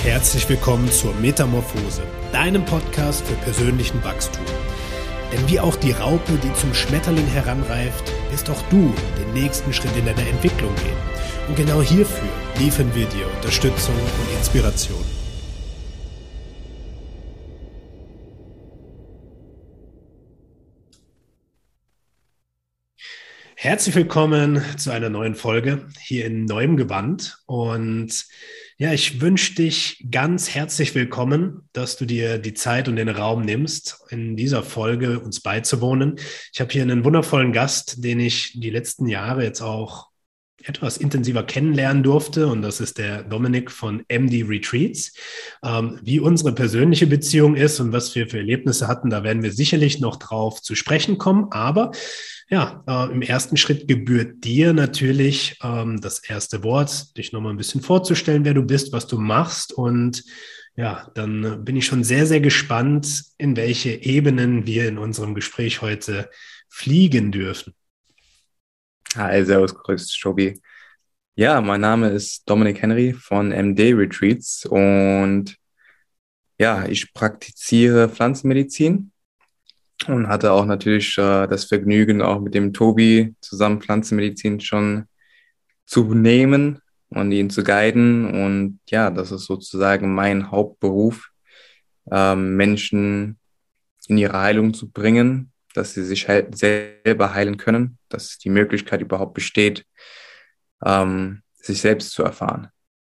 Herzlich willkommen zur Metamorphose, deinem Podcast für persönlichen Wachstum. Denn wie auch die Raupe, die zum Schmetterling heranreift, wirst auch du den nächsten Schritt in deiner Entwicklung gehen. Und genau hierfür liefern wir dir Unterstützung und Inspiration. Herzlich willkommen zu einer neuen Folge hier in neuem Gewand. Und ja, ich wünsche dich ganz herzlich willkommen, dass du dir die Zeit und den Raum nimmst, in dieser Folge uns beizuwohnen. Ich habe hier einen wundervollen Gast, den ich die letzten Jahre jetzt auch etwas intensiver kennenlernen durfte, und das ist der Dominik von MD Retreats. Wie unsere persönliche Beziehung ist und was wir für Erlebnisse hatten, da werden wir sicherlich noch drauf zu sprechen kommen, aber ja, im ersten Schritt gebührt dir natürlich das erste Wort, dich nochmal ein bisschen vorzustellen, wer du bist, was du machst, und ja, dann bin ich schon sehr, sehr gespannt, in welche Ebenen wir in unserem Gespräch heute fliegen dürfen. Hi, servus, grüß, Shobi. Ja, mein Name ist Dominik Henry von MD Retreats und ja, ich praktiziere Pflanzenmedizin und hatte auch natürlich das Vergnügen, auch mit dem Tobi zusammen Pflanzenmedizin schon zu nehmen und ihn zu guiden. Und ja, das ist sozusagen mein Hauptberuf, Menschen in ihre Heilung zu bringen, dass sie sich halt selber heilen können, dass die Möglichkeit überhaupt besteht, sich selbst zu erfahren.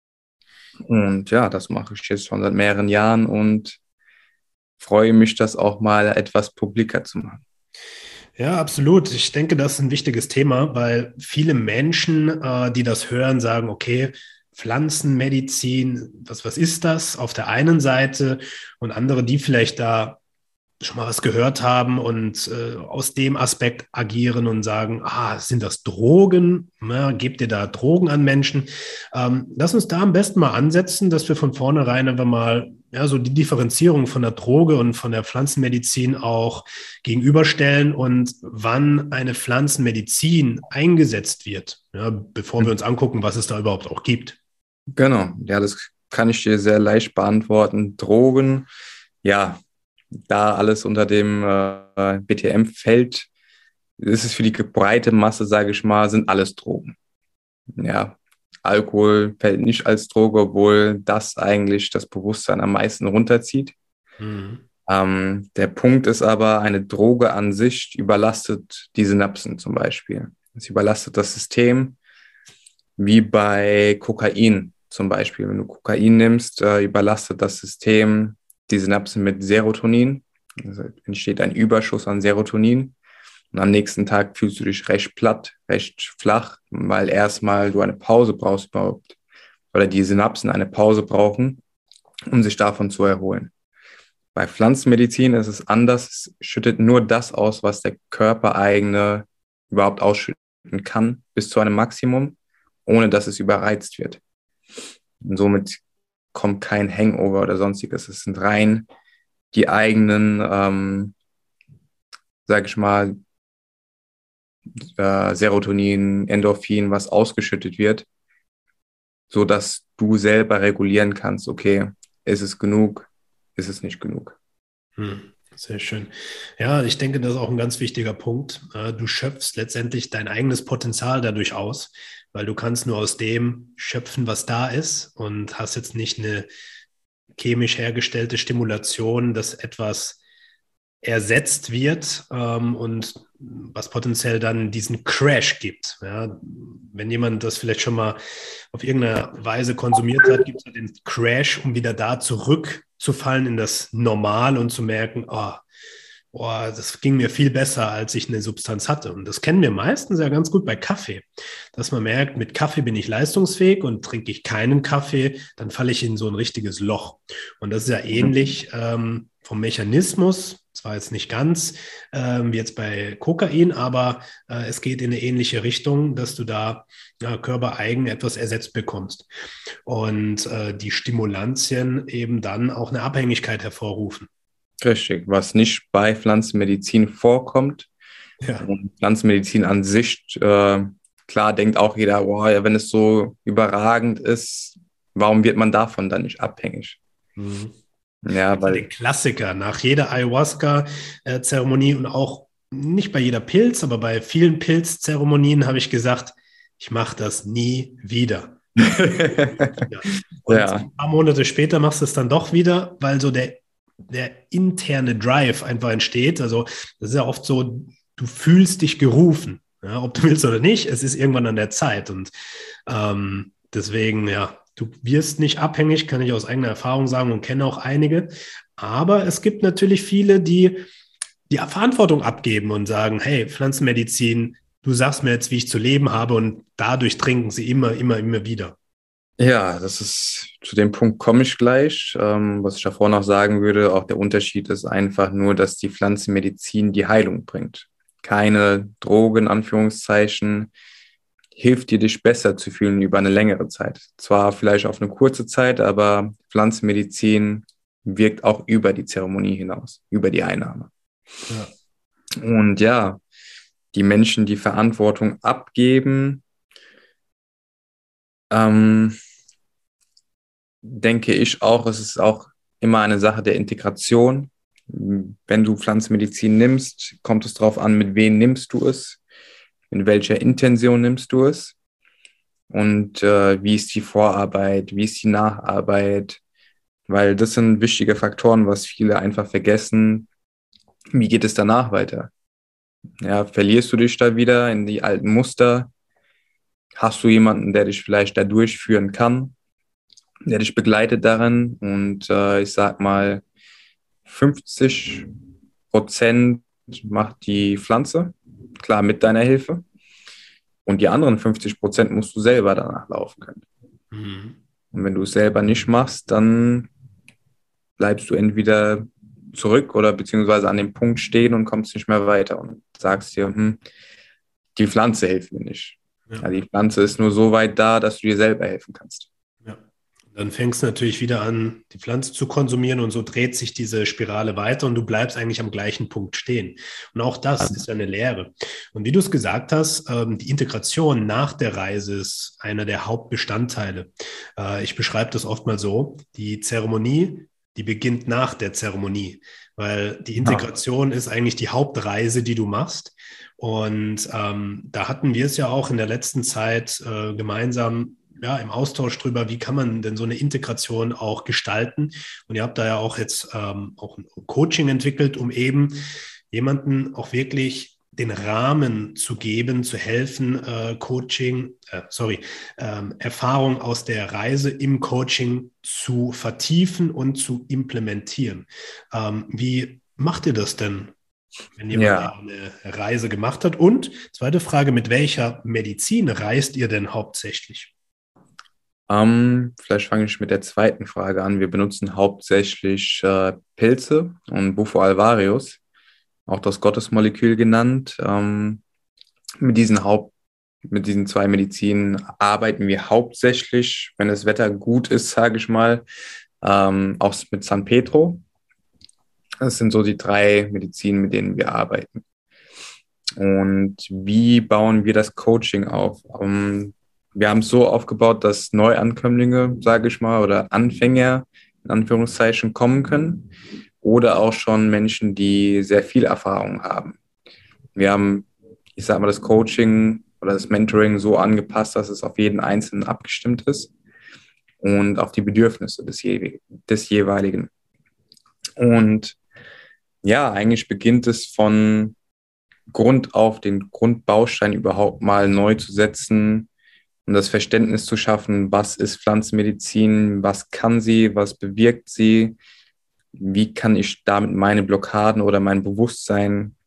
Und ja, das mache ich jetzt schon seit mehreren Jahren und freue mich, das auch mal etwas publiker zu machen. Ja, absolut. Ich denke, das ist ein wichtiges Thema, weil viele Menschen, die das hören, sagen, okay, Pflanzenmedizin, was ist das auf der einen Seite, und andere, die vielleicht da schon mal was gehört haben und aus dem Aspekt agieren und sagen, sind das Drogen? Ja, gebt ihr da Drogen an Menschen? Lass uns da am besten mal ansetzen, dass wir von vornherein einfach mal so die Differenzierung von der Droge und von der Pflanzenmedizin auch gegenüberstellen und wann eine Pflanzenmedizin eingesetzt wird, ja, bevor wir uns angucken, was es da überhaupt auch gibt. Genau, ja, das kann ich dir sehr leicht beantworten. Drogen, ja, da alles unter dem BTM fällt, ist es für die breite Masse, sage ich mal, sind alles Drogen. Ja, Alkohol fällt nicht als Droge, obwohl das eigentlich das Bewusstsein am meisten runterzieht. Mhm. Der Punkt ist aber, eine Droge an sich überlastet die Synapsen zum Beispiel. Es überlastet das System, wie bei Kokain zum Beispiel. Wenn du Kokain nimmst, überlastet das System die Synapsen mit Serotonin. Also entsteht ein Überschuss an Serotonin. Und am nächsten Tag fühlst du dich recht platt, recht flach, weil erstmal du eine Pause brauchst überhaupt. Oder die Synapsen eine Pause brauchen, um sich davon zu erholen. Bei Pflanzenmedizin ist es anders. Es schüttet nur das aus, was der Körper eigene überhaupt ausschütten kann, bis zu einem Maximum, ohne dass es überreizt wird. Und somit kommt kein Hangover oder sonstiges. Es sind rein die eigenen, sag ich mal, Serotonin, Endorphin, was ausgeschüttet wird, so dass du selber regulieren kannst, okay, ist es genug, ist es nicht genug. Sehr schön. Ja, ich denke, das ist auch ein ganz wichtiger Punkt. Du schöpfst letztendlich dein eigenes Potenzial dadurch aus, weil du kannst nur aus dem schöpfen, was da ist, und hast jetzt nicht eine chemisch hergestellte Stimulation, dass etwas ersetzt wird und was potenziell dann diesen Crash gibt. Ja, wenn jemand das vielleicht schon mal auf irgendeine Weise konsumiert hat, gibt es halt den Crash, um wieder da zurückzufallen in das Normal und zu merken, das ging mir viel besser, als ich eine Substanz hatte. Und das kennen wir meistens ja ganz gut bei Kaffee, dass man merkt, mit Kaffee bin ich leistungsfähig, und trinke ich keinen Kaffee, dann falle ich in so ein richtiges Loch. Und das ist ja ähnlich vom Mechanismus. Zwar jetzt nicht ganz wie jetzt bei Kokain, aber es geht in eine ähnliche Richtung, dass du da körpereigen etwas ersetzt bekommst. Und die Stimulantien eben dann auch eine Abhängigkeit hervorrufen. Richtig, was nicht bei Pflanzenmedizin vorkommt. Ja. Und Pflanzenmedizin an sich, klar denkt auch jeder, ja, wenn es so überragend ist, warum wird man davon dann nicht abhängig? Mhm. Ja, weil Den Klassiker nach jeder Ayahuasca-Zeremonie und auch nicht bei jeder Pilz, aber bei vielen Pilzzeremonien habe ich gesagt, ich mache das nie wieder. Ja. Und ja, ein paar Monate später machst du es dann doch wieder, weil so der interne Drive einfach entsteht. Also das ist ja oft so, du fühlst dich gerufen, ja, ob du willst oder nicht. Es ist irgendwann an der Zeit. Und deswegen, ja, du wirst nicht abhängig, kann ich aus eigener Erfahrung sagen und kenne auch einige. Aber es gibt natürlich viele, die die Verantwortung abgeben und sagen, hey, Pflanzenmedizin, du sagst mir jetzt, wie ich zu leben habe und dadurch trinken sie immer, immer, immer wieder. ja, das ist, zu dem Punkt komme ich gleich. Was ich davor noch sagen würde, auch der Unterschied ist einfach nur, dass die Pflanzenmedizin die Heilung bringt. Keine Droge, in Anführungszeichen, hilft dir, dich besser zu fühlen über eine längere Zeit. Zwar vielleicht auf eine kurze Zeit, aber Pflanzenmedizin wirkt auch über die Zeremonie hinaus, über die Einnahme. Ja. Und ja, die Menschen, die Verantwortung abgeben, ähm, denke ich auch, es ist auch immer eine Sache der Integration. Wenn du Pflanzenmedizin nimmst, kommt es darauf an, mit wem nimmst du es, in welcher Intention nimmst du es und wie ist die Vorarbeit, wie ist die Nacharbeit, weil das sind wichtige Faktoren, was viele einfach vergessen. Wie geht es danach weiter? Ja, verlierst du dich da wieder in die alten Muster? Hast du jemanden, der dich vielleicht da durchführen kann, der dich begleitet darin? Und ich sag mal, 50% macht die Pflanze, klar mit deiner Hilfe. Und die anderen 50% musst du selber danach laufen können. Mhm. Und wenn du es selber nicht machst, dann bleibst du entweder zurück oder beziehungsweise an dem Punkt stehen und kommst nicht mehr weiter und sagst dir, die Pflanze hilft mir nicht. Ja. Ja, die Pflanze ist nur so weit da, dass du dir selber helfen kannst. Ja. Dann fängst du natürlich wieder an, die Pflanze zu konsumieren und so dreht sich diese Spirale weiter und du bleibst eigentlich am gleichen Punkt stehen. Und auch das ist ja eine Lehre. Und wie du es gesagt hast, die Integration nach der Reise ist einer der Hauptbestandteile. Ich beschreibe das oft mal so, die Zeremonie, die beginnt nach der Zeremonie, weil die Ja. Integration ist eigentlich die Hauptreise, die du machst. Und da hatten wir es ja auch in der letzten Zeit gemeinsam ja, im Austausch drüber, wie kann man denn so eine Integration auch gestalten. Und ihr habt da ja auch jetzt auch ein Coaching entwickelt, um eben jemanden auch wirklich den Rahmen zu geben, zu helfen, Erfahrung aus der Reise im Coaching zu vertiefen und zu implementieren. Wie macht ihr das denn, wenn jemand Ja, eine Reise gemacht hat? Und zweite Frage, mit welcher Medizin reist ihr denn hauptsächlich? vielleicht fange ich mit der zweiten Frage an. Wir benutzen hauptsächlich Pilze und Bufo alvarius, auch das Gottesmolekül genannt. Mit mit diesen zwei Medizinen arbeiten wir hauptsächlich, wenn das Wetter gut ist, sage ich mal, auch mit San Pedro. Das sind so die drei Medizinen, mit denen wir arbeiten. Und wie bauen wir das Coaching auf? Wir haben es so aufgebaut, dass Neuankömmlinge, sage ich mal, oder Anfänger in Anführungszeichen kommen können oder auch schon Menschen, die sehr viel Erfahrung haben. Wir haben, ich sage mal, das Coaching oder das Mentoring so angepasst, dass es auf jeden Einzelnen abgestimmt ist und auf die Bedürfnisse des jeweiligen. Und ja, eigentlich beginnt es von Grund auf, den Grundbaustein überhaupt mal neu zu setzen, um das Verständnis zu schaffen, was ist Pflanzenmedizin, was kann sie, was bewirkt sie, wie kann ich damit meine Blockaden oder mein Bewusstsein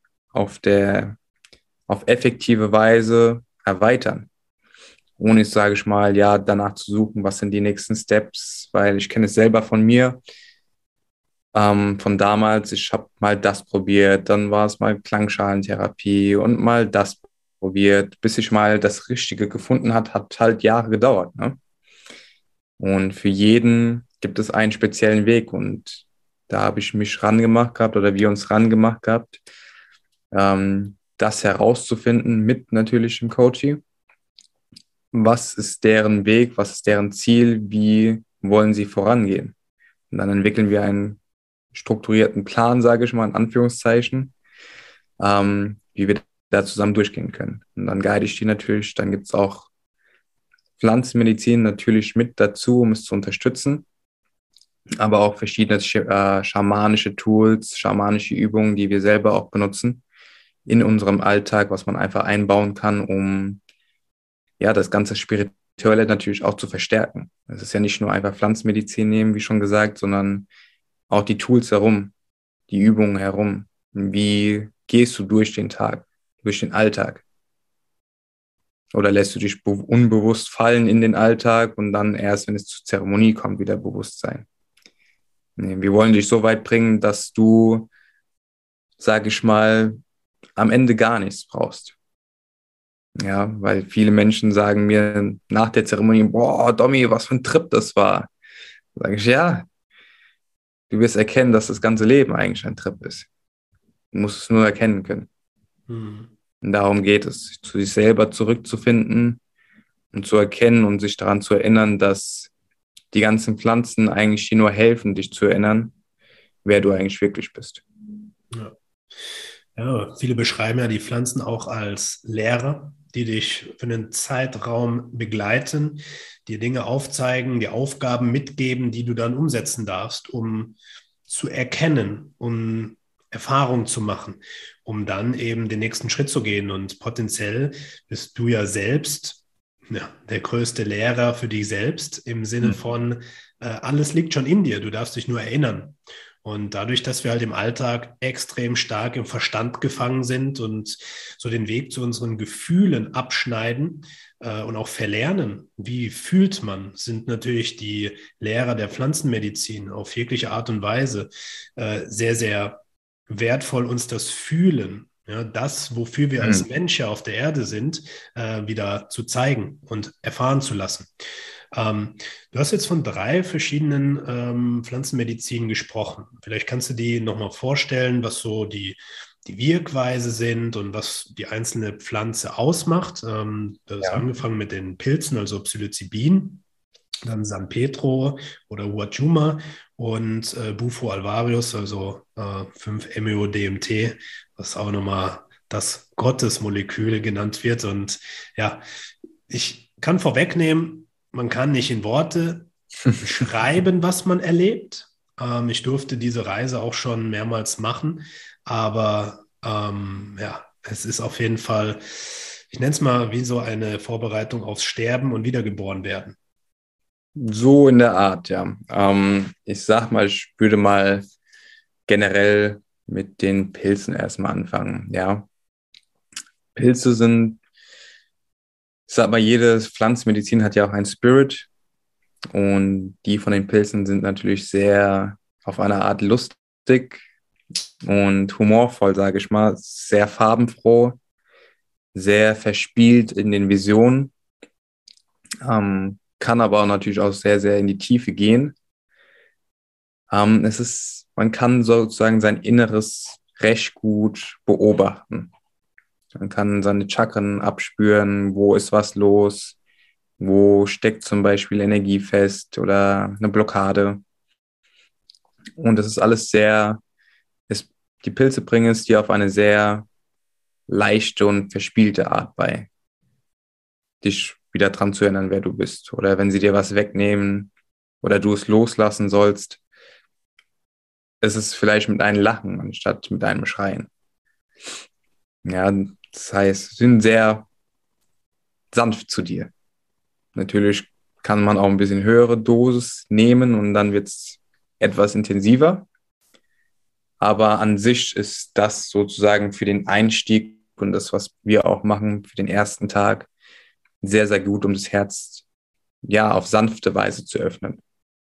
auf effektive Weise erweitern. Ohne, sage ich mal, ja, danach zu suchen, was sind die nächsten Steps, weil ich kenne es selber von mir, von damals, ich habe mal das probiert, dann war es mal Klangschalentherapie und mal das probiert, bis ich mal das Richtige gefunden hat halt Jahre gedauert. Ne? Und für jeden gibt es einen speziellen Weg und da habe ich mich rangemacht gehabt oder wir uns rangemacht gehabt, das herauszufinden mit natürlich dem Coaching was ist deren Weg, was ist deren Ziel, wie wollen sie vorangehen. Und dann entwickeln wir einen strukturierten Plan, sage ich mal, in Anführungszeichen, wie wir da zusammen durchgehen können. Und dann guide ich die natürlich. Dann gibt es auch Pflanzenmedizin natürlich mit dazu, um es zu unterstützen, aber auch verschiedene schamanische Tools, schamanische Übungen, die wir selber auch benutzen in unserem Alltag, was man einfach einbauen kann, um ja das ganze Spirituelle natürlich auch zu verstärken. Es ist ja nicht nur einfach Pflanzenmedizin nehmen, wie schon gesagt, sondern auch die Tools herum, die Übungen herum. Wie gehst du durch den Tag, durch den Alltag? Oder lässt du dich unbewusst fallen in den Alltag und dann erst, wenn es zur Zeremonie kommt, wieder bewusst sein? Nee, wir wollen dich so weit bringen, dass du, sag ich mal, am Ende gar nichts brauchst. Ja, weil viele Menschen sagen mir nach der Zeremonie, boah, Domi, was für ein Trip das war. Sage ich, ja, du wirst erkennen, dass das ganze Leben eigentlich ein Trip ist. Du musst es nur erkennen können. Hm. Und darum geht es, zu sich selber zurückzufinden und zu erkennen und sich daran zu erinnern, dass die ganzen Pflanzen eigentlich dir nur helfen, dich zu erinnern, wer du eigentlich wirklich bist. Ja. Ja, viele beschreiben ja die Pflanzen auch als Lehrer, die dich für einen Zeitraum begleiten, dir Dinge aufzeigen, dir Aufgaben mitgeben, die du dann umsetzen darfst, um zu erkennen, um Erfahrung zu machen, um dann eben den nächsten Schritt zu gehen. Und potenziell bist du ja selbst, ja, der größte Lehrer für dich selbst im Sinne von, alles liegt schon in dir, du darfst dich nur erinnern. Und dadurch, dass wir halt im Alltag extrem stark im Verstand gefangen sind und so den Weg zu unseren Gefühlen abschneiden und auch verlernen, wie fühlt man, sind natürlich die Lehrer der Pflanzenmedizin auf jegliche Art und Weise sehr, sehr wertvoll, uns das Fühlen, ja, das, wofür wir als Mhm. Mensch ja auf der Erde sind, wieder zu zeigen und erfahren zu lassen. Du hast jetzt von drei verschiedenen Pflanzenmedizinen gesprochen. Vielleicht kannst du die nochmal vorstellen, was so die Wirkweise sind und was die einzelne Pflanze ausmacht. Das ist Ja. angefangen mit den Pilzen, also Psilocybin, dann San Pedro oder Huachuma und Bufo alvarius, also 5-MeO-DMT, was auch nochmal das Gottesmolekül genannt wird. Und ja, ich kann vorwegnehmen, man kann nicht in Worte beschreiben, was man erlebt. Ich durfte diese Reise auch schon mehrmals machen, aber ja, es ist auf jeden Fall, ich nenne es mal wie so eine Vorbereitung aufs Sterben und Wiedergeboren werden. So in der Art, ja. Ich sag mal, ich würde mal generell mit den Pilzen erstmal anfangen, ja. Pilze sind, ich sag mal, jede Pflanzenmedizin hat ja auch einen Spirit und die von den Pilzen sind natürlich sehr auf eine Art lustig und humorvoll, sage ich mal, sehr farbenfroh, sehr verspielt in den Visionen, kann aber auch natürlich auch sehr, sehr in die Tiefe gehen. Man kann sozusagen sein Inneres recht gut beobachten. Man kann seine Chakren abspüren, wo ist was los, wo steckt zum Beispiel Energie fest oder eine Blockade. Und das ist alles die Pilze bringen es dir auf eine sehr leichte und verspielte Art bei, dich wieder dran zu erinnern, wer du bist. Oder wenn sie dir was wegnehmen oder du es loslassen sollst, ist es vielleicht mit einem Lachen anstatt mit einem Schreien. Ja, das heißt, sie sind sehr sanft zu dir. Natürlich kann man auch ein bisschen höhere Dosis nehmen und dann wird es etwas intensiver. Aber an sich ist das sozusagen für den Einstieg und das, was wir auch machen für den ersten Tag, sehr, sehr gut, um das Herz ja auf sanfte Weise zu öffnen.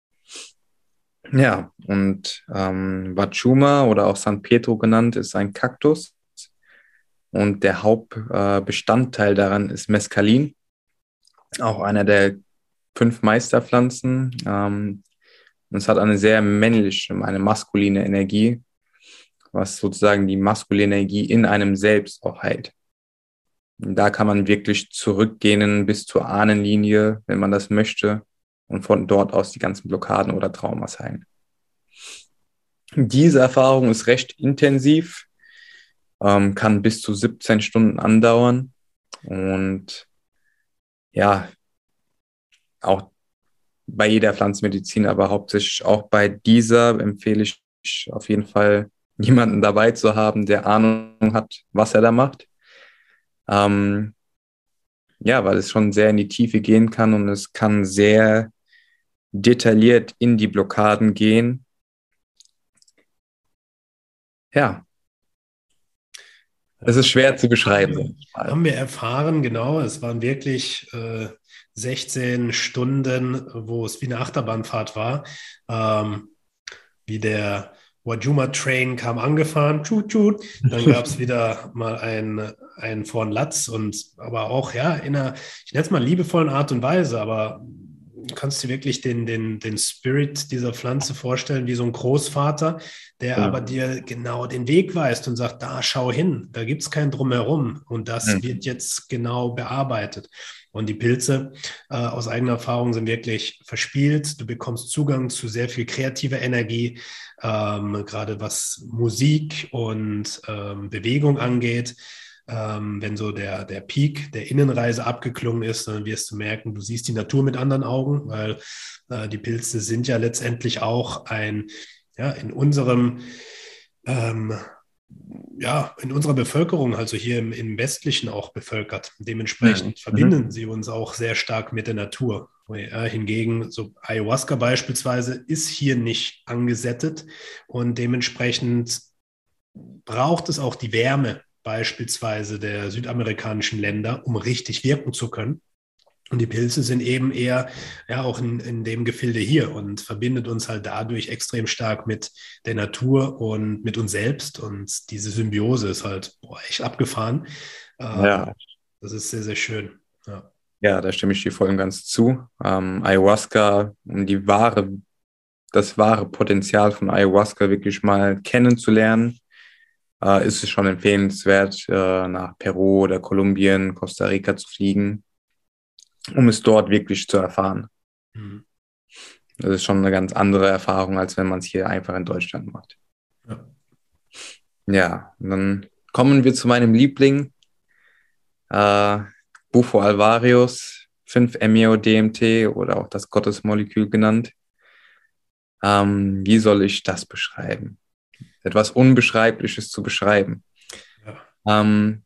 Ja, und Wachuma oder auch San Pedro genannt ist ein Kaktus und der Hauptbestandteil daran ist Mescalin, auch einer der 5 Meisterpflanzen. Und es hat eine sehr männliche, eine maskuline Energie, was sozusagen die maskuline Energie in einem selbst auch heilt. Da kann man wirklich zurückgehen bis zur Ahnenlinie, wenn man das möchte, und von dort aus die ganzen Blockaden oder Traumas heilen. Diese Erfahrung ist recht intensiv, kann bis zu 17 Stunden andauern und ja, auch bei jeder Pflanzenmedizin, aber hauptsächlich auch bei dieser empfehle ich auf jeden Fall, jemanden dabei zu haben, der Ahnung hat, was er da macht. Ja, weil es schon sehr in die Tiefe gehen kann und es kann sehr detailliert in die Blockaden gehen. Ja, es ist schwer zu beschreiben. Haben wir erfahren, genau, es waren wirklich 16 Stunden, wo es wie eine Achterbahnfahrt war. Wie der Wajuma Train kam angefahren, tschut, tschut. Dann gab es wieder mal ein Vorn Latz und aber auch, ja, in einer, ich nenne es mal liebevollen Art und Weise, aber du kannst dir wirklich den Spirit dieser Pflanze vorstellen, wie so ein Großvater, der aber dir genau den Weg weist und sagt, da schau hin, da gibt es kein Drumherum und das wird jetzt genau bearbeitet. Und die Pilze aus eigener Erfahrung sind wirklich verspielt. Du bekommst Zugang zu sehr viel kreativer Energie, gerade was Musik und Bewegung angeht. Wenn so der Peak der Innenreise abgeklungen ist, dann wirst du merken, du siehst die Natur mit anderen Augen, weil die Pilze sind ja letztendlich auch in unserem in unserer Bevölkerung, also hier im Westlichen auch bevölkert. Dementsprechend verbinden sie uns auch sehr stark mit der Natur. Hingegen, so Ayahuasca beispielsweise, ist hier nicht angesettet und dementsprechend braucht es auch die Wärme beispielsweise der südamerikanischen Länder, um richtig wirken zu können. Und die Pilze sind eben eher auch in dem Gefilde hier und verbindet uns halt dadurch extrem stark mit der Natur und mit uns selbst. Und diese Symbiose ist halt echt abgefahren. Ja. Das ist sehr, sehr schön. Ja. Ja, da stimme ich dir voll und ganz zu. Ayahuasca, um das wahre Potenzial von Ayahuasca wirklich mal kennenzulernen, ist es schon empfehlenswert, nach Peru oder Kolumbien, Costa Rica zu fliegen, um es dort wirklich zu erfahren. Mhm. Das ist schon eine ganz andere Erfahrung, als wenn man es hier einfach in Deutschland macht. Ja. Ja, und dann kommen wir zu meinem Liebling, Bufo alvarius, 5-MeO-DMT oder auch das Gottesmolekül genannt. Wie soll ich das beschreiben? Etwas Unbeschreibliches zu beschreiben. Ja.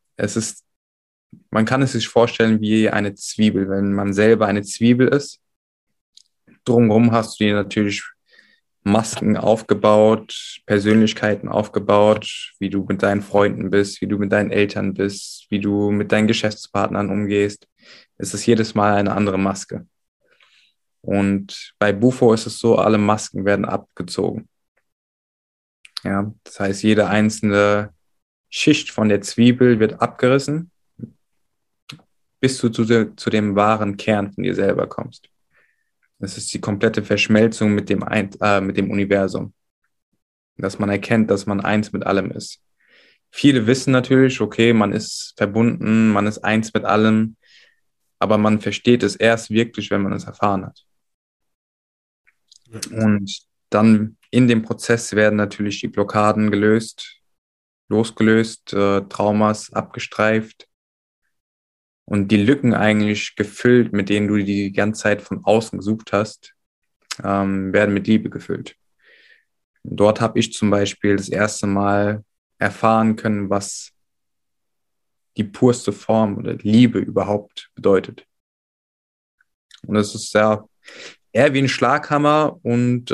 Man kann es sich vorstellen wie eine Zwiebel. Wenn man selber eine Zwiebel ist, drumherum hast du dir natürlich Masken aufgebaut, Persönlichkeiten aufgebaut, wie du mit deinen Freunden bist, wie du mit deinen Eltern bist, wie du mit deinen Geschäftspartnern umgehst. Es ist jedes Mal eine andere Maske. Und bei Bufo ist es so, alle Masken werden abgezogen. Ja, das heißt, jede einzelne Schicht von der Zwiebel wird abgerissen, bis du zu dem wahren Kern von dir selber kommst. Das ist die komplette Verschmelzung mit dem Universum. Dass man erkennt, dass man eins mit allem ist. Viele wissen natürlich, okay, man ist verbunden, man ist eins mit allem, aber man versteht es erst wirklich, wenn man es erfahren hat. Und dann in dem Prozess werden natürlich die Blockaden losgelöst, Traumas abgestreift und die Lücken eigentlich gefüllt, mit denen du die ganze Zeit von außen gesucht hast, werden mit Liebe gefüllt. Und dort habe ich zum Beispiel das erste Mal erfahren können, was die purste Form oder Liebe überhaupt bedeutet. Und es ist ja eher wie ein Schlaghammer und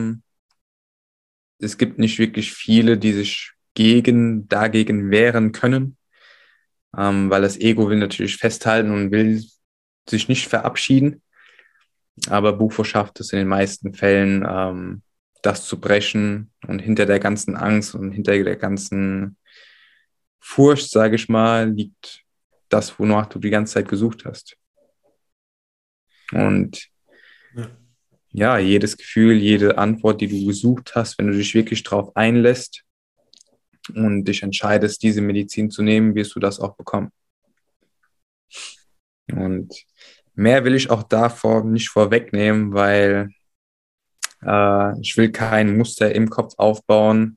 es gibt nicht wirklich viele, die sich dagegen wehren können, weil das Ego will natürlich festhalten und will sich nicht verabschieden. Aber Bufo schafft es in den meisten Fällen, das zu brechen und hinter der ganzen Angst und hinter der ganzen Furcht, sage ich mal, liegt das, wonach du die ganze Zeit gesucht hast. Und ja, jedes Gefühl, jede Antwort, die du gesucht hast, wenn du dich wirklich drauf einlässt und dich entscheidest, diese Medizin zu nehmen, wirst du das auch bekommen. Und mehr will ich auch davor nicht vorwegnehmen, weil ich will kein Muster im Kopf aufbauen,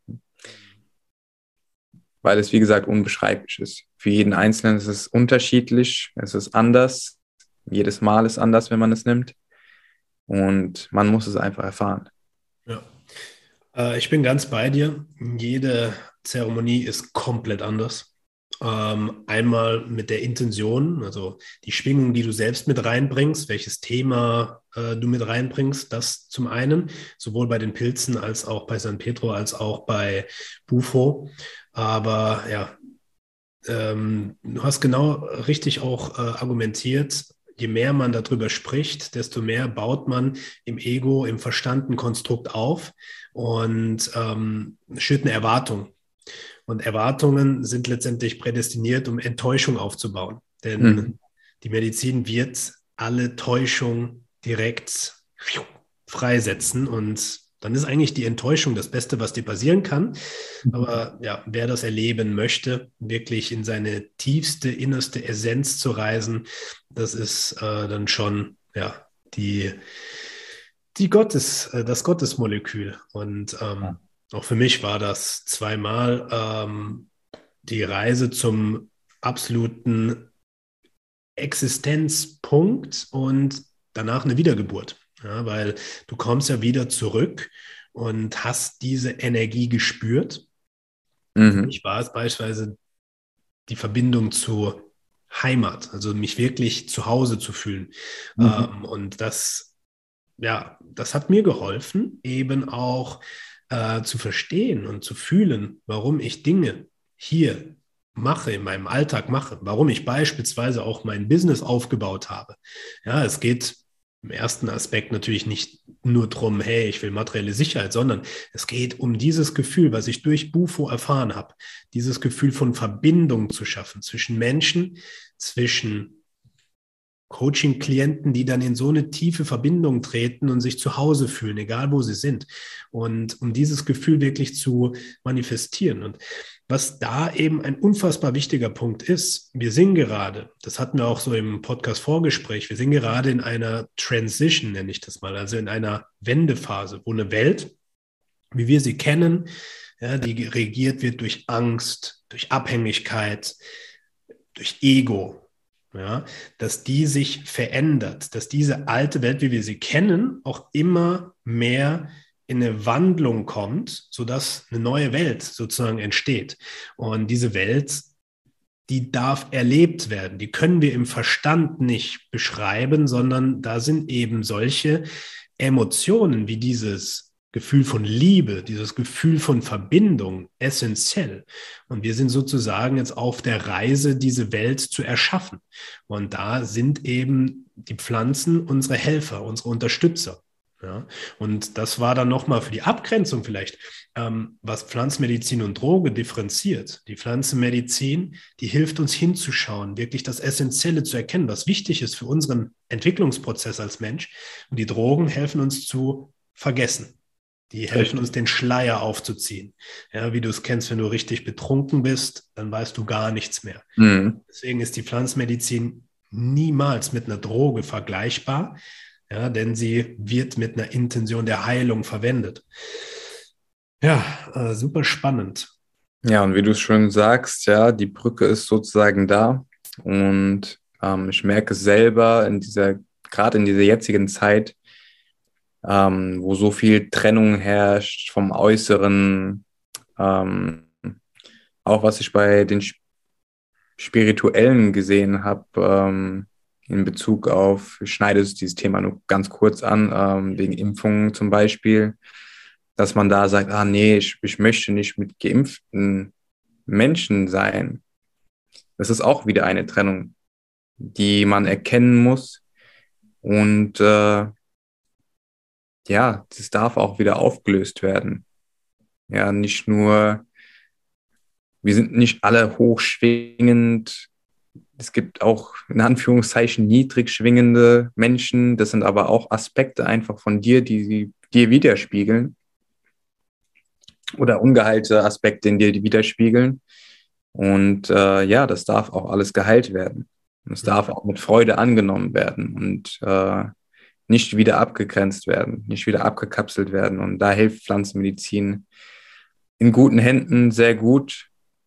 weil es, wie gesagt, unbeschreiblich ist. Für jeden Einzelnen ist es unterschiedlich, es ist anders. Jedes Mal ist anders, wenn man es nimmt. Und man muss es einfach erfahren. Ja. Ich bin ganz bei dir. Jede Zeremonie ist komplett anders. Einmal mit der Intention, also die Schwingung, die du selbst mit reinbringst, welches Thema du mit reinbringst, das zum einen, sowohl bei den Pilzen als auch bei San Pedro, als auch bei Bufo. Aber ja, du hast genau richtig auch argumentiert. Je mehr man darüber spricht, desto mehr baut man im Ego, im Verstand ein Konstrukt auf und schürt eine Erwartung. Und Erwartungen sind letztendlich prädestiniert, um Enttäuschung aufzubauen. Denn Mhm. die Medizin wird alle Täuschung direkt freisetzen. Und dann ist eigentlich die Enttäuschung das Beste, was dir passieren kann. Aber ja, wer das erleben möchte, wirklich in seine tiefste, innerste Essenz zu reisen, das ist dann schon ja, das Gottesmolekül. Und auch für mich war das zweimal die Reise zum absoluten Existenzpunkt und danach eine Wiedergeburt. Ja, weil du kommst ja wieder zurück und hast diese Energie gespürt. Für Mhm. mich war es beispielsweise die Verbindung zur Heimat, also mich wirklich zu Hause zu fühlen. Mhm. Und das hat mir geholfen, eben auch zu verstehen und zu fühlen, warum ich Dinge hier mache, in meinem Alltag mache, warum ich beispielsweise auch mein Business aufgebaut habe. Ja, es geht im ersten Aspekt natürlich nicht nur darum, hey, ich will materielle Sicherheit, sondern es geht um dieses Gefühl, was ich durch Bufo erfahren habe, dieses Gefühl von Verbindung zu schaffen zwischen Menschen, zwischen Coaching-Klienten, die dann in so eine tiefe Verbindung treten und sich zu Hause fühlen, egal wo sie sind. Und um dieses Gefühl wirklich zu manifestieren. Und was da eben ein unfassbar wichtiger Punkt ist, wir sind gerade, das hatten wir auch so im Podcast-Vorgespräch, wir sind gerade in einer Transition, nenne ich das mal, also in einer Wendephase, wo eine Welt, wie wir sie kennen, ja, die regiert wird durch Angst, durch Abhängigkeit, durch Ego, ja, dass die sich verändert, dass diese alte Welt, wie wir sie kennen, auch immer mehr in eine Wandlung kommt, sodass eine neue Welt sozusagen entsteht. Und diese Welt, die darf erlebt werden. Die können wir im Verstand nicht beschreiben, sondern da sind eben solche Emotionen wie dieses Gefühl von Liebe, dieses Gefühl von Verbindung essentiell. Und wir sind sozusagen jetzt auf der Reise, diese Welt zu erschaffen. Und da sind eben die Pflanzen unsere Helfer, unsere Unterstützer. Ja, und das war dann nochmal für die Abgrenzung vielleicht, was Pflanzenmedizin und Droge differenziert. Die Pflanzenmedizin, die hilft uns hinzuschauen, wirklich das Essentielle zu erkennen, was wichtig ist für unseren Entwicklungsprozess als Mensch. Und die Drogen helfen uns zu vergessen. Die helfen uns, Richtig. den Schleier aufzuziehen. Ja, wie du es kennst, wenn du richtig betrunken bist, dann weißt du gar nichts mehr. Mhm. Deswegen ist die Pflanzenmedizin niemals mit einer Droge vergleichbar, ja, denn sie wird mit einer Intention der Heilung verwendet. Ja, super spannend. Ja, und wie du es schon sagst, ja, die Brücke ist sozusagen da. Und ich merke es selber gerade in dieser jetzigen Zeit, wo so viel Trennung herrscht vom Äußeren, ähm, auch was ich bei den Spirituellen gesehen habe, in Bezug auf, ich schneide dieses Thema nur ganz kurz an, wegen Impfungen zum Beispiel, dass man da sagt, ah nee, ich möchte nicht mit geimpften Menschen sein. Das ist auch wieder eine Trennung, die man erkennen muss. Und ja, das darf auch wieder aufgelöst werden. Ja, nicht nur, wir sind nicht alle hochschwingend. Es gibt auch in Anführungszeichen niedrig schwingende Menschen. Das sind aber auch Aspekte einfach von dir, die sie dir widerspiegeln oder ungeheilte Aspekte in dir, die widerspiegeln. Und ja, das darf auch alles geheilt werden. Und es darf auch mit Freude angenommen werden und nicht wieder abgegrenzt werden, nicht wieder abgekapselt werden. Und da hilft Pflanzenmedizin in guten Händen sehr gut,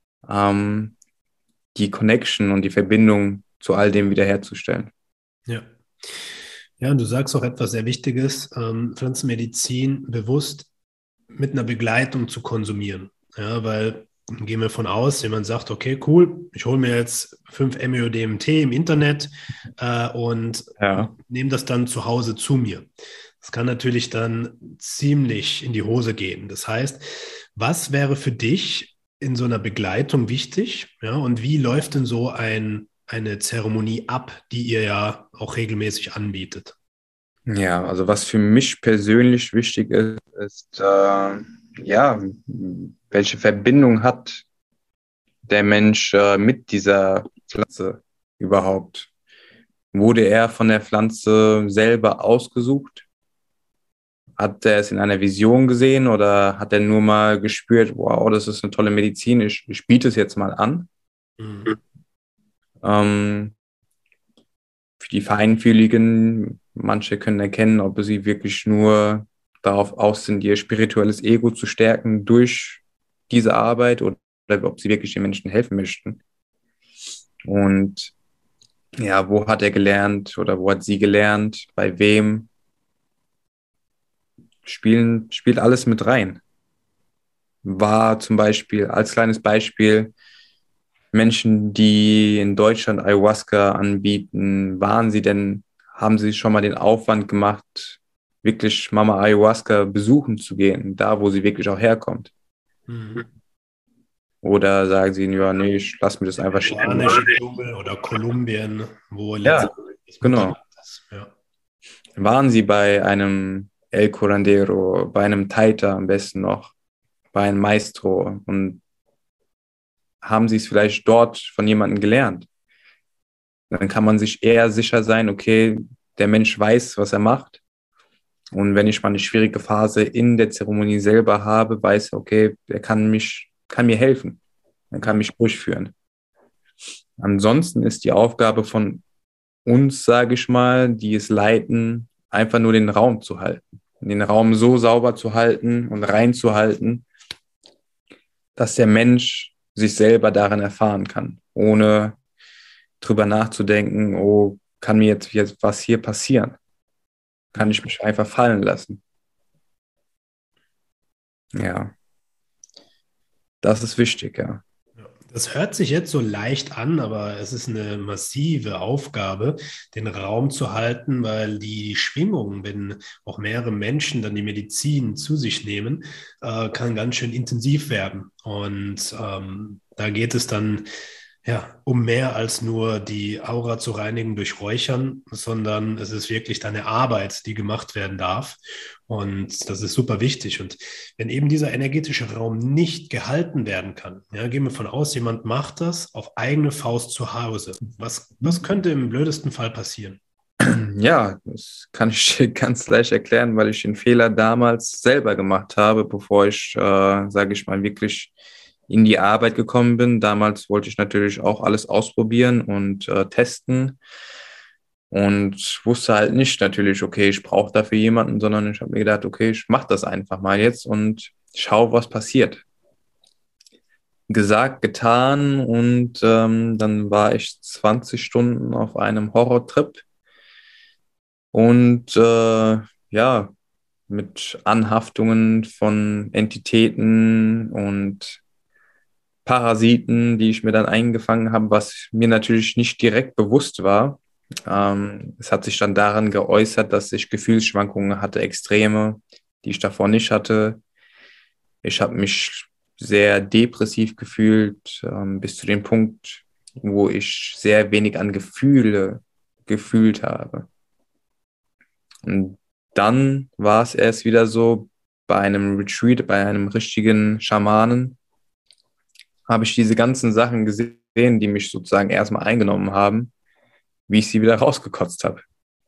die Connection und die Verbindung zu all dem wiederherzustellen. Ja. Ja, und du sagst auch etwas sehr Wichtiges, Pflanzenmedizin bewusst mit einer Begleitung zu konsumieren. Ja, weil gehen wir von aus, jemand sagt, okay, cool, ich hole mir jetzt 5 MeO-DMT im Internet und Ja. nehme das dann zu Hause zu mir. Das kann natürlich dann ziemlich in die Hose gehen. Das heißt, was wäre für dich in so einer Begleitung wichtig? Ja, und wie läuft denn so eine Zeremonie ab, die ihr ja auch regelmäßig anbietet? Ja, also was für mich persönlich wichtig ist, ist, ja, welche Verbindung hat der Mensch mit dieser Pflanze überhaupt? Wurde er von der Pflanze selber ausgesucht? Hat er es in einer Vision gesehen oder hat er nur mal gespürt, wow, das ist eine tolle Medizin, ich biete es jetzt mal an? Mhm. Ähm, für die Feinfühligen, manche können erkennen, ob sie wirklich nur darauf aus sind, ihr spirituelles Ego zu stärken durch diese Arbeit oder ob sie wirklich den Menschen helfen möchten. Und ja, wo hat er gelernt oder wo hat sie gelernt, bei wem spielt alles mit rein. War zum Beispiel, als kleines Beispiel, Menschen, die in Deutschland Ayahuasca anbieten, haben sie schon mal den Aufwand gemacht, wirklich Mama Ayahuasca besuchen zu gehen, da wo sie wirklich auch herkommt? Mhm. Oder sagen sie, ja, nee, ich lass mir das Der einfach schicken. peruanische Dschungel oder Kolumbien, wo Ja, letztendlich das genau. Mutterland ist. Ja. Waren sie bei einem El Curandero, bei einem Taita am besten noch, bei einem Maestro und haben sie es vielleicht dort von jemandem gelernt? Dann kann man sich eher sicher sein, okay, der Mensch weiß, was er macht. Und wenn ich mal eine schwierige Phase in der Zeremonie selber habe, weiß er, okay, kann mir helfen. Er kann mich durchführen. Ansonsten ist die Aufgabe von uns, sage ich mal, die es leiten, einfach nur den Raum zu halten. Den Raum so sauber zu halten und reinzuhalten, dass der Mensch sich selber darin erfahren kann, ohne drüber nachzudenken, oh, kann mir jetzt was hier passieren? Kann ich mich einfach fallen lassen? Ja, das ist wichtig, ja. Ja. Das hört sich jetzt so leicht an, aber es ist eine massive Aufgabe, den Raum zu halten, weil die Schwingungen, wenn auch mehrere Menschen dann die Medizin zu sich nehmen, kann ganz schön intensiv werden. Und da geht es dann ja um mehr als nur die Aura zu reinigen durch Räuchern, sondern es ist wirklich deine Arbeit, die gemacht werden darf. Und das ist super wichtig. Und wenn eben dieser energetische Raum nicht gehalten werden kann, ja, gehen wir von aus, jemand macht das auf eigene Faust zu Hause. Was könnte im blödesten Fall passieren? Ja, das kann ich dir ganz leicht erklären, weil ich den Fehler damals selber gemacht habe, bevor ich, sage ich mal, wirklich in die Arbeit gekommen bin. Damals wollte ich natürlich auch alles ausprobieren und testen und wusste halt nicht natürlich, okay, ich brauche dafür jemanden, sondern ich habe mir gedacht, okay, ich mache das einfach mal jetzt und schau, was passiert. Gesagt, getan und dann war ich 20 Stunden auf einem Horrortrip und ja, mit Anhaftungen von Entitäten und Parasiten, die ich mir dann eingefangen habe, was mir natürlich nicht direkt bewusst war. Es hat sich dann daran geäußert, dass ich Gefühlsschwankungen hatte, extreme, die ich davor nicht hatte. Ich habe mich sehr depressiv gefühlt, bis zu dem Punkt, wo ich sehr wenig an Gefühle gefühlt habe. Und dann war es erst wieder so, bei einem Retreat, bei einem richtigen Schamanen, habe ich diese ganzen Sachen gesehen, die mich sozusagen erstmal eingenommen haben, wie ich sie wieder rausgekotzt habe.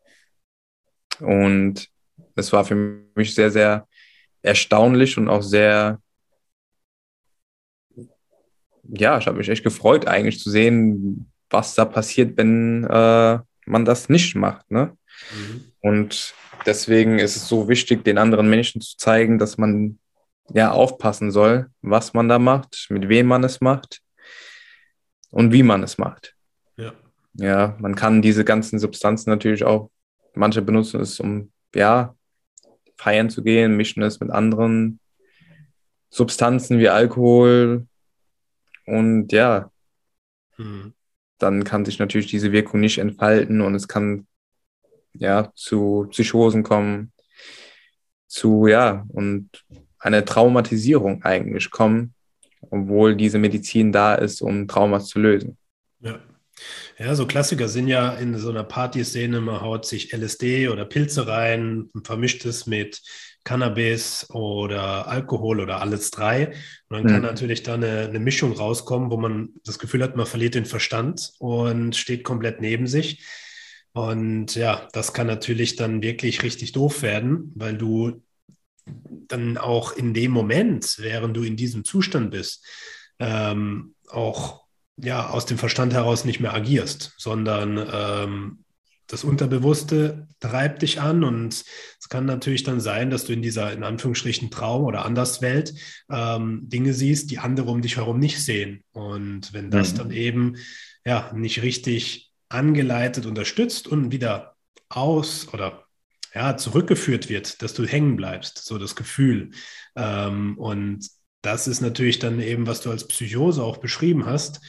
Und es war für mich sehr, sehr erstaunlich und auch sehr, ja, ich habe mich echt gefreut, eigentlich zu sehen, was da passiert, wenn man das nicht macht, ne? Mhm. Und deswegen ist es so wichtig, den anderen Menschen zu zeigen, dass man ja aufpassen soll, was man da macht, mit wem man es macht und wie man es macht. Ja. Ja, man kann diese ganzen Substanzen natürlich auch, manche benutzen es, um ja, feiern zu gehen, mischen es mit anderen Substanzen wie Alkohol und ja, Mhm. dann kann sich natürlich diese Wirkung nicht entfalten und es kann ja zu Psychosen kommen, zu ja und eine Traumatisierung eigentlich kommen, obwohl diese Medizin da ist, um Traumas zu lösen. Ja. Ja, so Klassiker sind ja in so einer Partyszene, man haut sich LSD oder Pilze rein, vermischt es mit Cannabis oder Alkohol oder alles drei. Und dann kann Hm. natürlich da eine Mischung rauskommen, wo man das Gefühl hat, man verliert den Verstand und steht komplett neben sich. Und ja, das kann natürlich dann wirklich richtig doof werden, weil du dann auch in dem Moment, während du in diesem Zustand bist, auch ja, aus dem Verstand heraus nicht mehr agierst, sondern das Unterbewusste treibt dich an und es kann natürlich dann sein, dass du in dieser, in Anführungsstrichen, Traum- oder Anderswelt Dinge siehst, die andere um dich herum nicht sehen. Und wenn das dann Hm. eben ja nicht richtig angeleitet, unterstützt und wieder aus oder ja, zurückgeführt wird, dass du hängen bleibst, so das Gefühl. Und das ist natürlich dann eben, was du als Psychose auch beschrieben hast,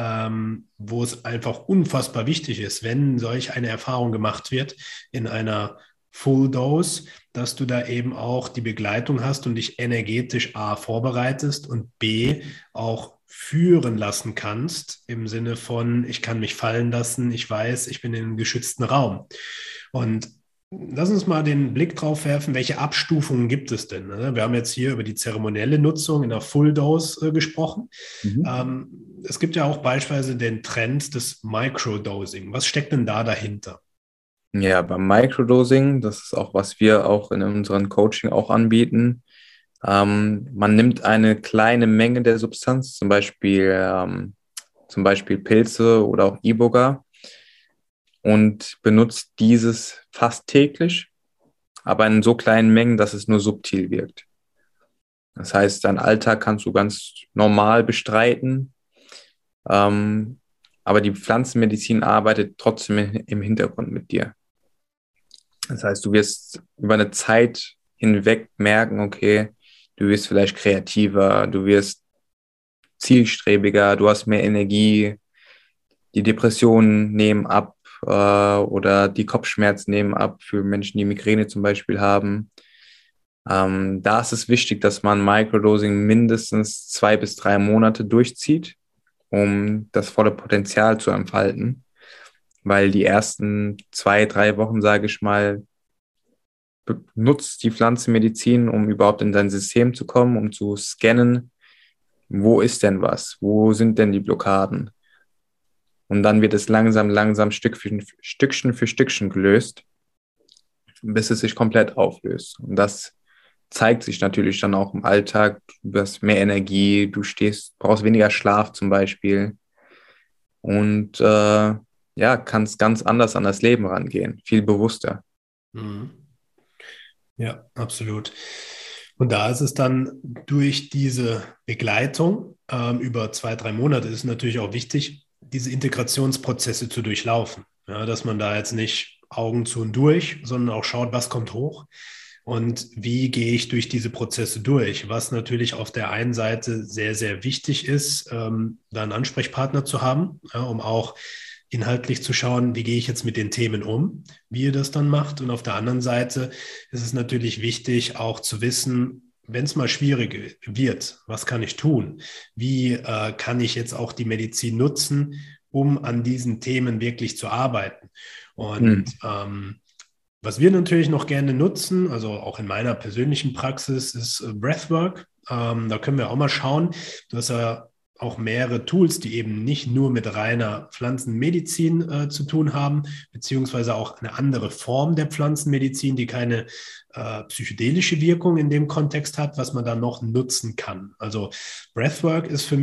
wo es einfach unfassbar wichtig ist, wenn solch eine Erfahrung gemacht wird in einer Full Dose, dass du da eben auch die Begleitung hast und dich energetisch A vorbereitest und B auch führen lassen kannst, im Sinne von, ich kann mich fallen lassen, ich weiß, ich bin in einem geschützten Raum. Und lass uns mal den Blick drauf werfen, welche Abstufungen gibt es denn? Ne? Wir haben jetzt hier über die zeremonielle Nutzung in der Full Dose gesprochen. Mhm. Es gibt ja auch beispielsweise den Trend des Microdosing. Was steckt denn da dahinter? Ja, beim Microdosing, das ist auch, was wir auch in unserem Coaching auch anbieten. Man nimmt eine kleine Menge der Substanz, zum Beispiel Pilze oder auch Iboga und benutzt dieses fast täglich, aber in so kleinen Mengen, dass es nur subtil wirkt. Das heißt, deinen Alltag kannst du ganz normal bestreiten, ähm, aber die Pflanzenmedizin arbeitet trotzdem im Hintergrund mit dir. Das heißt, du wirst über eine Zeit hinweg merken, okay, du wirst vielleicht kreativer, du wirst zielstrebiger, du hast mehr Energie, die Depressionen nehmen ab oder die Kopfschmerzen nehmen ab für Menschen, die Migräne zum Beispiel haben. Da ist es wichtig, dass man Microdosing mindestens 2 bis 3 Monate durchzieht, um das volle Potenzial zu entfalten, weil die ersten 2, 3 Wochen, sage ich mal, benutzt die Pflanzenmedizin, um überhaupt in dein System zu kommen, um zu scannen, wo ist denn was, wo sind denn die Blockaden? Und dann wird es langsam Stückchen für Stückchen gelöst, bis es sich komplett auflöst. Und das zeigt sich natürlich dann auch im Alltag. Du hast mehr Energie, du stehst, brauchst weniger Schlaf zum Beispiel und ja, kannst ganz anders an das Leben rangehen, viel bewusster. Mhm. Ja, absolut. Und da ist es dann durch diese Begleitung über 2, 3 Monate ist es natürlich auch wichtig, diese Integrationsprozesse zu durchlaufen. Ja, dass man da jetzt nicht Augen zu und durch, sondern auch schaut, was kommt hoch und wie gehe ich durch diese Prozesse durch. Was natürlich auf der einen Seite sehr, sehr wichtig ist, da einen Ansprechpartner zu haben, ja, um auch inhaltlich zu schauen, wie gehe ich jetzt mit den Themen um, wie ihr das dann macht. Und auf der anderen Seite ist es natürlich wichtig, auch zu wissen, wenn es mal schwierig wird, was kann ich tun? Wie kann ich jetzt auch die Medizin nutzen, um an diesen Themen wirklich zu arbeiten? Und Hm. was wir natürlich noch gerne nutzen, also auch in meiner persönlichen Praxis, ist Breathwork. Da können wir auch mal schauen. Du hast ja auch mehrere Tools, die eben nicht nur mit reiner Pflanzenmedizin zu tun haben, beziehungsweise auch eine andere Form der Pflanzenmedizin, die keine psychedelische Wirkung in dem Kontext hat, was man da noch nutzen kann. Also Breathwork ist für mich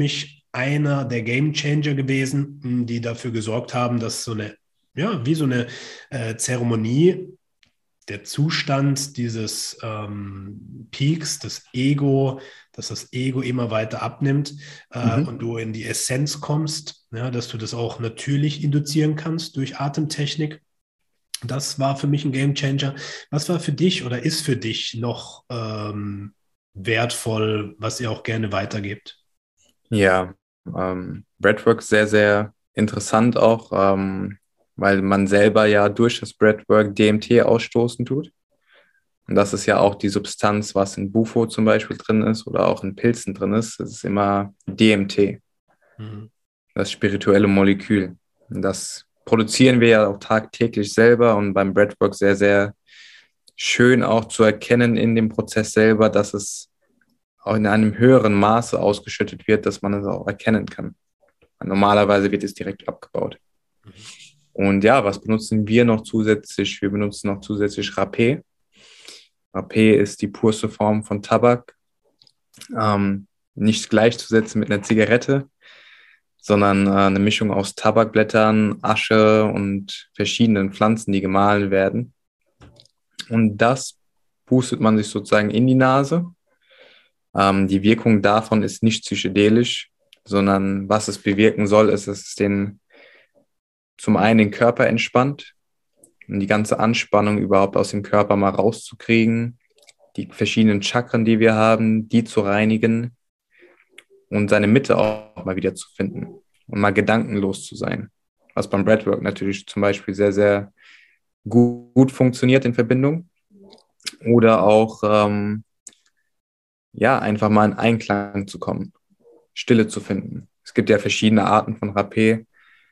einer der Game Changer gewesen, die dafür gesorgt haben, dass so eine, ja, wie so eine Zeremonie, der Zustand dieses Peaks, dass das Ego immer weiter abnimmt Mhm. und du in die Essenz kommst, ja, dass du das auch natürlich induzieren kannst durch Atemtechnik. Das war für mich ein Gamechanger. Was war für dich oder ist für dich noch wertvoll, was ihr auch gerne weitergebt? Ja, Breathwork sehr, sehr interessant auch, weil man selber ja durch das Breathwork DMT ausstoßen tut. Und das ist ja auch die Substanz, was in Bufo zum Beispiel drin ist oder auch in Pilzen drin ist. Das ist immer DMT, Mhm. das spirituelle Molekül. Und das produzieren wir ja auch tagtäglich selber und beim Breathwork sehr, sehr schön auch zu erkennen in dem Prozess selber, dass es auch in einem höheren Maße ausgeschüttet wird, dass man es auch erkennen kann. Normalerweise wird es direkt abgebaut. Mhm. Und ja, was benutzen wir noch zusätzlich? Wir benutzen noch zusätzlich Rapé. Rapé ist die purste Form von Tabak. Nicht gleichzusetzen mit einer Zigarette, sondern eine Mischung aus Tabakblättern, Asche und verschiedenen Pflanzen, die gemahlen werden. Und das pustet man sich sozusagen in die Nase. Die Wirkung davon ist nicht psychedelisch, sondern was es bewirken soll, ist, dass es zum einen den Körper entspannt, um die ganze Anspannung überhaupt aus dem Körper mal rauszukriegen, die verschiedenen Chakren, die wir haben, die zu reinigen und seine Mitte auch mal wieder zu finden und mal gedankenlos zu sein. Was beim Breathwork natürlich zum Beispiel sehr, sehr gut funktioniert in Verbindung. Oder auch, ja, einfach mal in Einklang zu kommen, Stille zu finden. Es gibt ja verschiedene Arten von Rapé,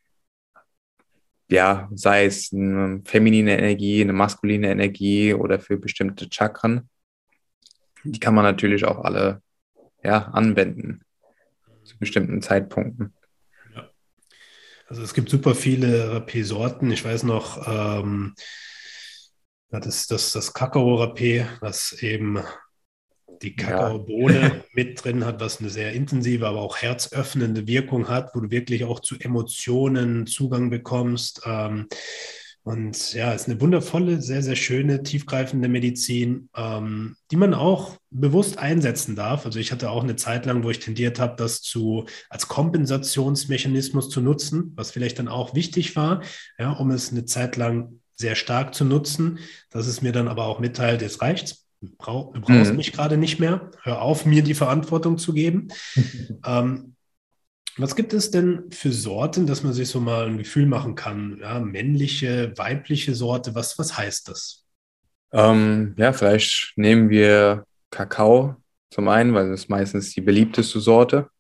ja, sei es eine feminine Energie, eine maskuline Energie oder für bestimmte Chakren. Die kann man natürlich auch alle, ja, anwenden zu bestimmten Zeitpunkten. Ja. Also es gibt super viele Rapé-Sorten. Ich weiß noch, ja, das Kakao-Rapé, was eben die Ja. Kakaobohne mit drin hat, was eine sehr intensive, aber auch herzöffnende Wirkung hat, wo du wirklich auch zu Emotionen Zugang bekommst. Und ja, es ist eine wundervolle, sehr, sehr schöne, tiefgreifende Medizin, die man auch bewusst einsetzen darf. Also ich hatte auch eine Zeit lang, wo ich tendiert habe, das als Kompensationsmechanismus zu nutzen, was vielleicht dann auch wichtig war, ja, um es eine Zeit lang sehr stark zu nutzen, dass es mir dann aber auch mitteilt, jetzt reicht's. Du brauchst Mhm. mich gerade nicht mehr. Hör auf, mir die Verantwortung zu geben. Ähm, Was gibt es denn für Sorten, dass man sich so mal ein Gefühl machen kann? Ja, männliche, weibliche Sorte, was heißt das? Ja, vielleicht nehmen wir Kakao zum einen, weil das ist meistens die beliebteste Sorte.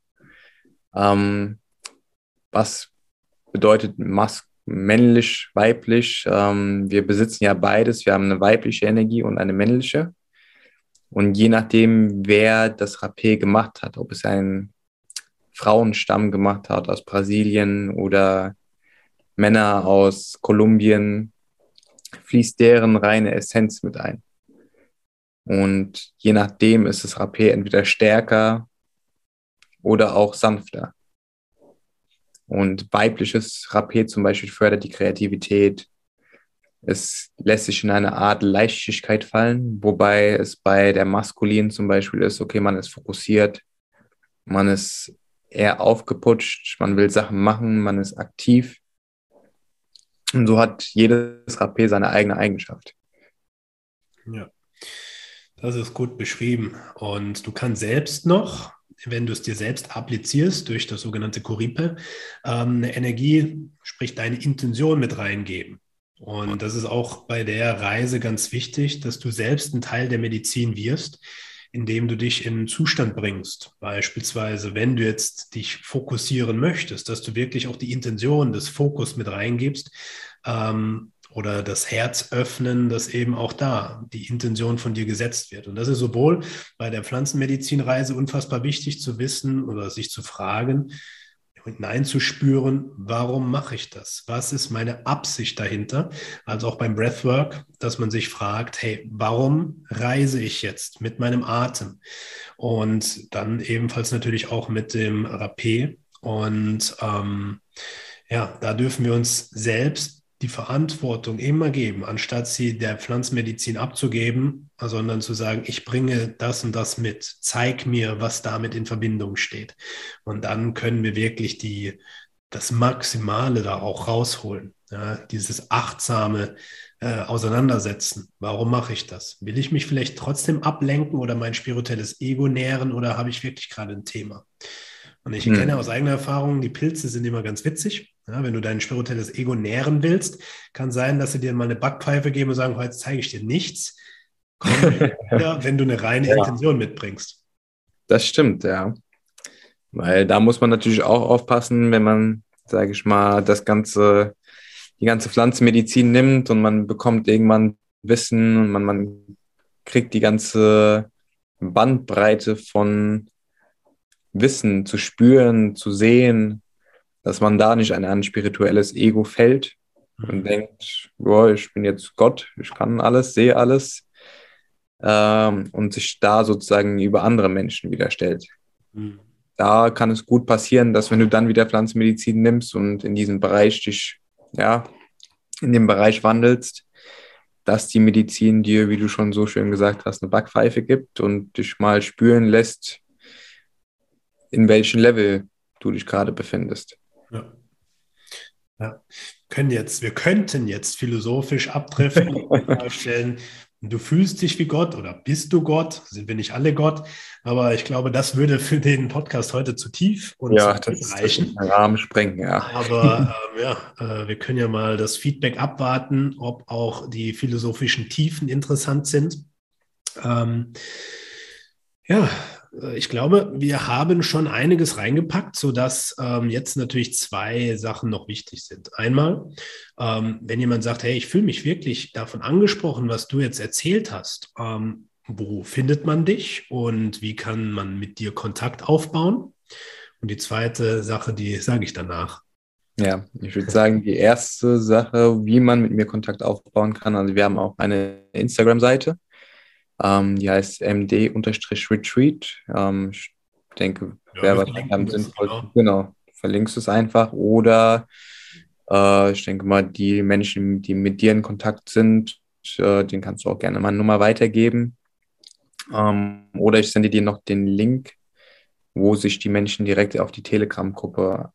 Ähm, was bedeutet männlich, weiblich? Wir besitzen ja beides. Wir haben eine weibliche Energie und eine männliche. Und je nachdem, wer das Rapé gemacht hat, ob es ein Frauenstamm gemacht hat aus Brasilien oder Männer aus Kolumbien, fließt deren reine Essenz mit ein. Und je nachdem ist das Rapé entweder stärker oder auch sanfter. Und weibliches Rapé zum Beispiel fördert die Kreativität. Es lässt sich in eine Art Leichtigkeit fallen, wobei es bei der maskulinen zum Beispiel ist, okay, man ist fokussiert, man ist eher aufgeputscht, man will Sachen machen, man ist aktiv. Und so hat jedes Rapé seine eigene Eigenschaft. Ja, das ist gut beschrieben. Und du kannst selbst noch, wenn du es dir selbst applizierst durch das sogenannte Kuripe, eine Energie, sprich deine Intention mit reingeben. Und das ist auch bei der Reise ganz wichtig, dass du selbst ein Teil der Medizin wirst, indem du dich in einen Zustand bringst. Beispielsweise, wenn du jetzt dich fokussieren möchtest, dass du wirklich auch die Intention des Fokus mit reingibst, oder das Herz öffnen, dass eben auch da die Intention von dir gesetzt wird. Und das ist sowohl bei der Pflanzenmedizinreise unfassbar wichtig zu wissen oder sich zu fragen, hineinzuspüren, warum mache ich das? Was ist meine Absicht dahinter? Also auch beim Breathwork, dass man sich fragt, hey, warum reise ich jetzt mit meinem Atem? Und dann ebenfalls natürlich auch mit dem Rapé. Und ja, da dürfen wir uns selbst die Verantwortung immer geben, anstatt sie der Pflanzenmedizin abzugeben, sondern zu sagen, ich bringe das und das mit, zeig mir, was damit in Verbindung steht. Und dann können wir wirklich das Maximale da auch rausholen. Ja, dieses achtsame Auseinandersetzen. Warum mache ich das? Will ich mich vielleicht trotzdem ablenken oder mein spirituelles Ego nähren oder habe ich wirklich gerade ein Thema? Und ich kenne aus eigener Erfahrung, die Pilze sind immer ganz witzig. Ja, wenn du dein spirituelles Ego nähren willst, kann sein, dass sie dir mal eine Backpfeife geben und sagen, heute zeige ich dir nichts. Komm wieder, wenn du eine reine Intention mitbringst. Das stimmt, ja. Weil da muss man natürlich auch aufpassen, wenn man, sage ich mal, die ganze Pflanzenmedizin nimmt und man bekommt irgendwann Wissen und man kriegt die ganze Bandbreite von Wissen zu spüren, zu sehen, dass man da nicht an ein spirituelles Ego fällt und denkt, boah, ich bin jetzt Gott, ich kann alles, sehe alles, und sich da sozusagen über andere Menschen wieder stellt. Da kann es gut passieren, dass wenn du dann wieder Pflanzenmedizin nimmst und in diesem Bereich dich, ja, in dem Bereich wandelst, dass die Medizin dir, wie du schon so schön gesagt hast, eine Backpfeife gibt und dich mal spüren lässt, in welchem Level du dich gerade befindest. Ja. Ja. Wir könnten jetzt philosophisch abdriften und darstellen, du fühlst dich wie Gott oder bist du Gott? Sind wir nicht alle Gott? Aber ich glaube, das würde für den Podcast heute zu tief und zu weit reichen. Das Rahmen sprengen, ja. Aber wir können ja mal das Feedback abwarten, ob auch die philosophischen Tiefen interessant sind. Ja, ich glaube, wir haben schon einiges reingepackt, sodass jetzt natürlich zwei Sachen noch wichtig sind. Einmal, wenn jemand sagt, hey, ich fühle mich wirklich davon angesprochen, was du jetzt erzählt hast, wo findet man dich und wie kann man mit dir Kontakt aufbauen? Und die zweite Sache, die sage ich danach. Ja, ich würde sagen, die erste Sache, wie man mit mir Kontakt aufbauen kann, also wir haben auch eine Instagram-Seite. Die heißt md-retreat. Ich denke, wäre wahrscheinlich am sinnvollsten. Genau, verlinkst es einfach. Oder ich denke mal, die Menschen, die mit dir in Kontakt sind, denen kannst du auch gerne meine Nummer weitergeben. Oder ich sende dir noch den Link, wo sich die Menschen direkt auf die Telegram-Gruppe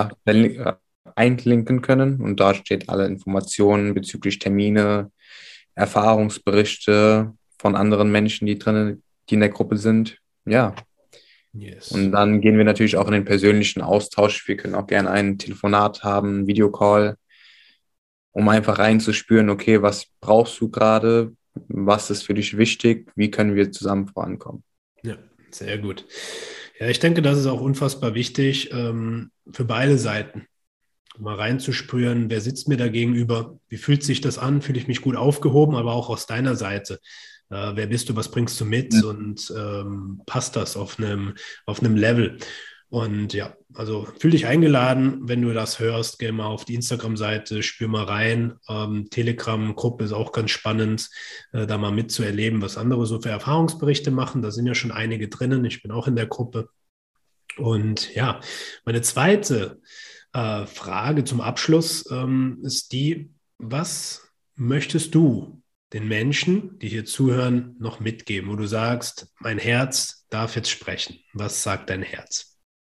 einklinken können. Und da steht alle Informationen bezüglich Termine, Erfahrungsberichte von anderen Menschen, die in der Gruppe sind. Ja. Yes. Und dann gehen wir natürlich auch in den persönlichen Austausch. Wir können auch gerne ein Telefonat haben, einen Videocall, um einfach reinzuspüren, okay, was brauchst du gerade? Was ist für dich wichtig? Wie können wir zusammen vorankommen? Ja, sehr gut. Ja, ich denke, das ist auch unfassbar wichtig für beide Seiten. Mal reinzuspüren, wer sitzt mir da gegenüber? Wie fühlt sich das an? Fühle ich mich gut aufgehoben, aber auch aus deiner Seite? Wer bist du? Was bringst du mit? Ja. Und passt das auf einem Level? Und ja, also fühl dich eingeladen, wenn du das hörst, geh mal auf die Instagram-Seite, spür mal rein. Telegram-Gruppe ist auch ganz spannend, da mal mitzuerleben, was andere so für Erfahrungsberichte machen. Da sind ja schon einige drinnen. Ich bin auch in der Gruppe. Und ja, meine zweite Frage zum Abschluss ist die, was möchtest du den Menschen, die hier zuhören, noch mitgeben, wo du sagst, mein Herz darf jetzt sprechen. Was sagt dein Herz?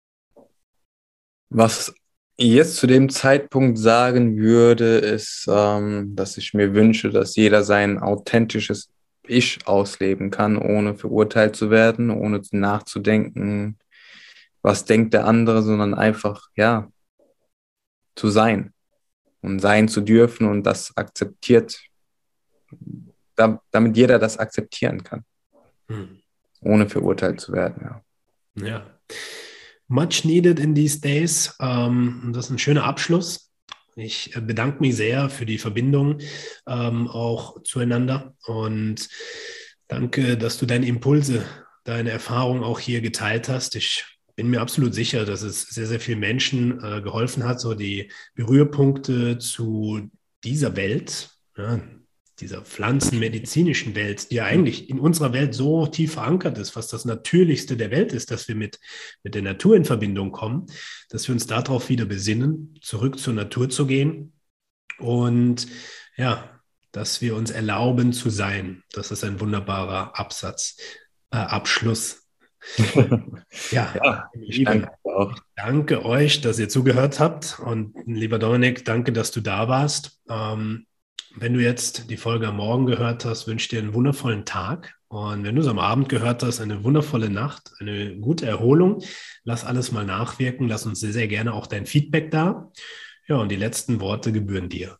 Was ich jetzt zu dem Zeitpunkt sagen würde, ist, dass ich mir wünsche, dass jeder sein authentisches Ich ausleben kann, ohne verurteilt zu werden, ohne nachzudenken, was denkt der andere, sondern einfach, ja, zu sein und sein zu dürfen und das akzeptiert, damit jeder das akzeptieren kann, ohne verurteilt zu werden. Ja. Much needed in these days. Das ist ein schöner Abschluss. Ich bedanke mich sehr für die Verbindung auch zueinander und danke, dass du deine Impulse, deine Erfahrungen auch hier geteilt hast. Ich bin mir absolut sicher, dass es sehr, sehr vielen Menschen geholfen hat, so die Berührpunkte zu dieser Welt, ja, dieser pflanzenmedizinischen Welt, die ja eigentlich in unserer Welt so tief verankert ist, was das Natürlichste der Welt ist, dass wir mit der Natur in Verbindung kommen, dass wir uns darauf wieder besinnen, zurück zur Natur zu gehen und ja, dass wir uns erlauben zu sein. Das ist ein wunderbarer Abschluss. Ja, Ja, ich Lieben, danke auch. ich danke euch, dass ihr zugehört habt. Und lieber Dominik, danke, dass du da warst. Wenn du jetzt die Folge am Morgen gehört hast, wünsche ich dir einen wundervollen Tag. Und wenn du es am Abend gehört hast, eine wundervolle Nacht, eine gute Erholung. Lass alles mal nachwirken. Lass uns sehr, sehr gerne auch dein Feedback da. Ja, und die letzten Worte gebühren dir.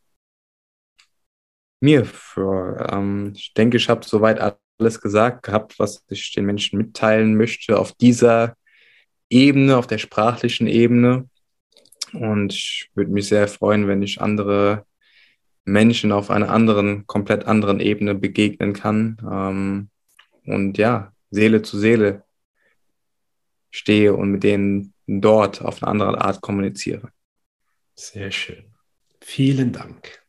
Ich denke, ich habe soweit alles gesagt gehabt, was ich den Menschen mitteilen möchte auf dieser Ebene, auf der sprachlichen Ebene. Und ich würde mich sehr freuen, wenn ich andere Menschen auf einer komplett anderen Ebene begegnen kann. Und ja, Seele zu Seele stehe und mit denen dort auf eine andere Art kommuniziere. Sehr schön. Vielen Dank.